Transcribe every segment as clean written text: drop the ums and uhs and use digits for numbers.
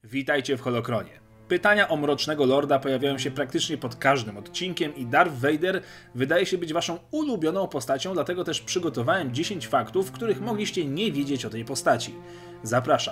Witajcie w Holokronie. Pytania o Mrocznego Lorda pojawiają się praktycznie pod każdym odcinkiem i Darth Vader wydaje się być waszą ulubioną postacią, dlatego też przygotowałem 10 faktów, których mogliście nie wiedzieć o tej postaci. Zapraszam.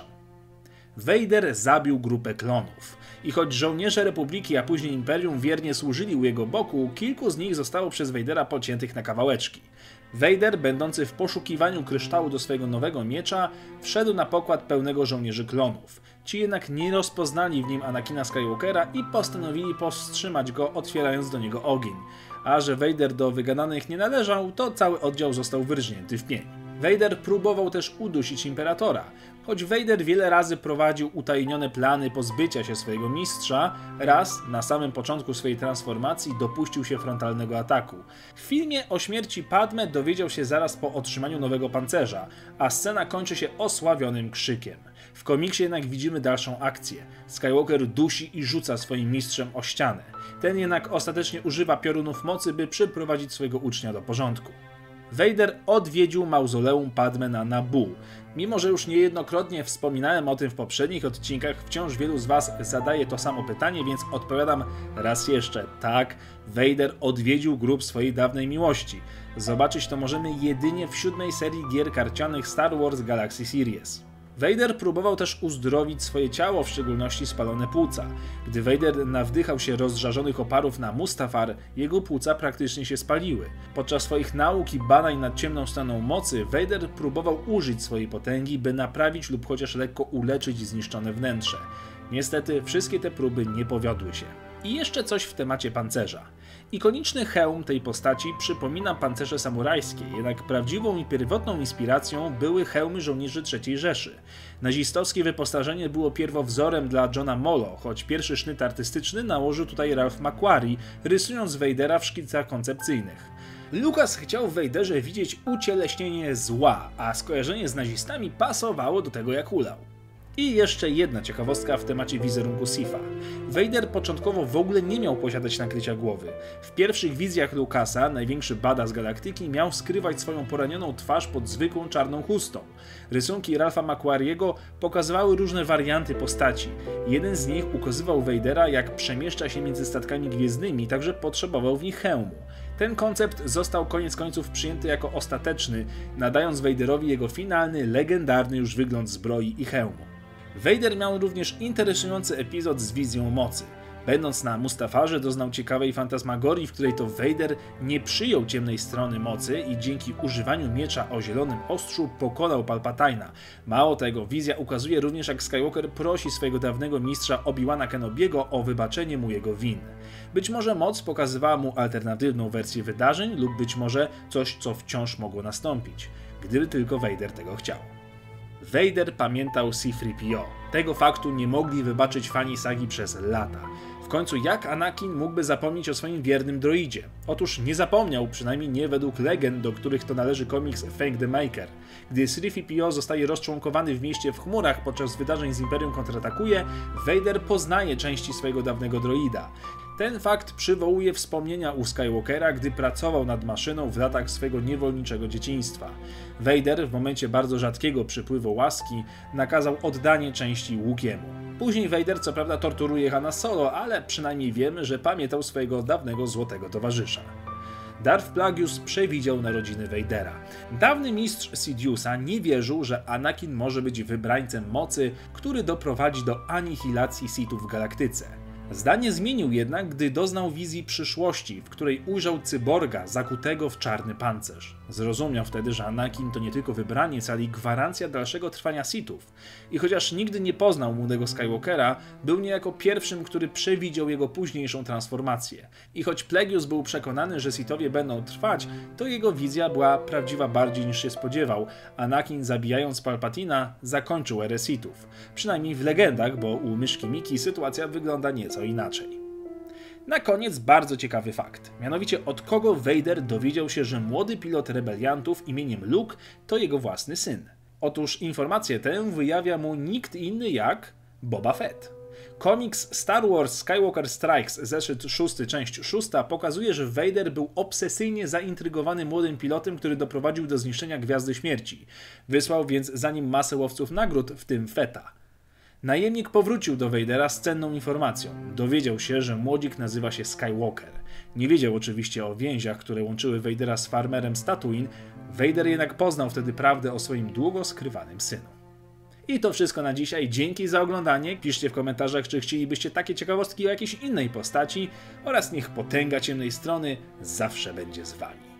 Vader zabił grupę klonów. I choć żołnierze Republiki, a później Imperium wiernie służyli u jego boku, kilku z nich zostało przez Vadera pociętych na kawałeczki. Vader, będący w poszukiwaniu kryształu do swojego nowego miecza, wszedł na pokład pełnego żołnierzy klonów. Ci jednak nie rozpoznali w nim Anakina Skywalkera i postanowili powstrzymać go, otwierając do niego ogień. A że Vader do wygadanych nie należał, to cały oddział został wyrżnięty w pień. Vader próbował też udusić Imperatora. Choć Vader wiele razy prowadził utajnione plany pozbycia się swojego mistrza, raz, na samym początku swojej transformacji, dopuścił się frontalnego ataku. W filmie o śmierci Padme dowiedział się zaraz po otrzymaniu nowego pancerza, a scena kończy się osławionym krzykiem. W komiksie jednak widzimy dalszą akcję. Skywalker dusi i rzuca swoim mistrzem o ścianę. Ten jednak ostatecznie używa piorunów mocy, by przyprowadzić swojego ucznia do porządku. Vader odwiedził mauzoleum Padme na Naboo. Mimo że już niejednokrotnie wspominałem o tym w poprzednich odcinkach, wciąż wielu z was zadaje to samo pytanie, więc odpowiadam raz jeszcze. Tak, Vader odwiedził grób swojej dawnej miłości. Zobaczyć to możemy jedynie w 7. serii gier karcianych Star Wars Galaxy Series. Vader próbował też uzdrowić swoje ciało, w szczególności spalone płuca. Gdy Vader nawdychał się rozżarzonych oparów na Mustafar, jego płuca praktycznie się spaliły. Podczas swoich nauk i badań nad ciemną stroną mocy, Vader próbował użyć swojej potęgi, by naprawić lub chociaż lekko uleczyć zniszczone wnętrze. Niestety wszystkie te próby nie powiodły się. I jeszcze coś w temacie pancerza. Ikoniczny hełm tej postaci przypomina pancerze samurajskie, jednak prawdziwą i pierwotną inspiracją były hełmy żołnierzy III Rzeszy. Nazistowskie wyposażenie było pierwowzorem dla Johna Molo, choć pierwszy sznyt artystyczny nałożył tutaj Ralph McQuarrie, rysując Vadera w szkicach koncepcyjnych. Lucas chciał w Vaderze widzieć ucieleśnienie zła, a skojarzenie z nazistami pasowało do tego jak hulał. I jeszcze jedna ciekawostka w temacie wizerunku Sifa. Vader początkowo w ogóle nie miał posiadać nakrycia głowy. W pierwszych wizjach Lucasa, największy badass galaktyki, miał skrywać swoją poranioną twarz pod zwykłą czarną chustą. Rysunki Ralpha McQuarriego pokazywały różne warianty postaci. Jeden z nich ukazywał Vadera, jak przemieszcza się między statkami gwiezdnymi, także potrzebował w nich hełmu. Ten koncept został koniec końców przyjęty jako ostateczny, nadając Vaderowi jego finalny, legendarny już wygląd zbroi i hełmu. Vader miał również interesujący epizod z wizją mocy. Będąc na Mustafarze, doznał ciekawej fantasmagorii, w której to Vader nie przyjął ciemnej strony mocy i dzięki używaniu miecza o zielonym ostrzu pokonał Palpatina. Mało tego, wizja ukazuje również, jak Skywalker prosi swojego dawnego mistrza Obi-Wana Kenobiego o wybaczenie mu jego win. Być może moc pokazywała mu alternatywną wersję wydarzeń lub być może coś, co wciąż mogło nastąpić, gdyby tylko Vader tego chciał. Vader pamiętał C-3PO. Tego faktu nie mogli wybaczyć fani sagi przez lata. W końcu jak Anakin mógłby zapomnieć o swoim wiernym droidzie? Otóż nie zapomniał, przynajmniej nie według legend, do których to należy komiks Fang the Maker. Gdy C-3PO zostaje rozczłonkowany w mieście w chmurach podczas wydarzeń z Imperium kontratakuje, Vader poznaje części swojego dawnego droida. Ten fakt przywołuje wspomnienia u Skywalkera, gdy pracował nad maszyną w latach swego niewolniczego dzieciństwa. Vader w momencie bardzo rzadkiego przypływu łaski nakazał oddanie części Wookieemu. Później Vader co prawda torturuje Hana Solo, ale przynajmniej wiemy, że pamiętał swojego dawnego złotego towarzysza. Darth Plagueis przewidział narodziny Vadera. Dawny mistrz Sidiousa nie wierzył, że Anakin może być wybrańcem mocy, który doprowadzi do anihilacji Sithów w galaktyce. Zdanie zmienił jednak, gdy doznał wizji przyszłości, w której ujrzał cyborga zakutego w czarny pancerz. Zrozumiał wtedy, że Anakin to nie tylko wybraniec, ale i gwarancja dalszego trwania Sithów. I chociaż nigdy nie poznał młodego Skywalkera, był niejako pierwszym, który przewidział jego późniejszą transformację. I choć Plagueis był przekonany, że Sithowie będą trwać, to jego wizja była prawdziwa bardziej niż się spodziewał. Anakin, zabijając Palpatina, zakończył erę Sithów. Przynajmniej w legendach, bo u myszki Miki sytuacja wygląda nieco inaczej. Na koniec bardzo ciekawy fakt. Mianowicie od kogo Vader dowiedział się, że młody pilot rebeliantów imieniem Luke to jego własny syn. Otóż informację tę wyjawia mu nikt inny jak Boba Fett. Komiks Star Wars Skywalker Strikes, zeszyt 6, część 6 pokazuje, że Vader był obsesyjnie zaintrygowany młodym pilotem, który doprowadził do zniszczenia Gwiazdy Śmierci. Wysłał więc za nim masę łowców nagród, w tym Fetta. Najemnik powrócił do Vadera z cenną informacją. Dowiedział się, że młodzik nazywa się Skywalker. Nie wiedział oczywiście o więziach, które łączyły Vadera z farmerem z Tatooine. Vader jednak poznał wtedy prawdę o swoim długo skrywanym synu. I to wszystko na dzisiaj. Dzięki za oglądanie. Piszcie w komentarzach, czy chcielibyście takie ciekawostki o jakiejś innej postaci oraz niech potęga ciemnej strony zawsze będzie z wami.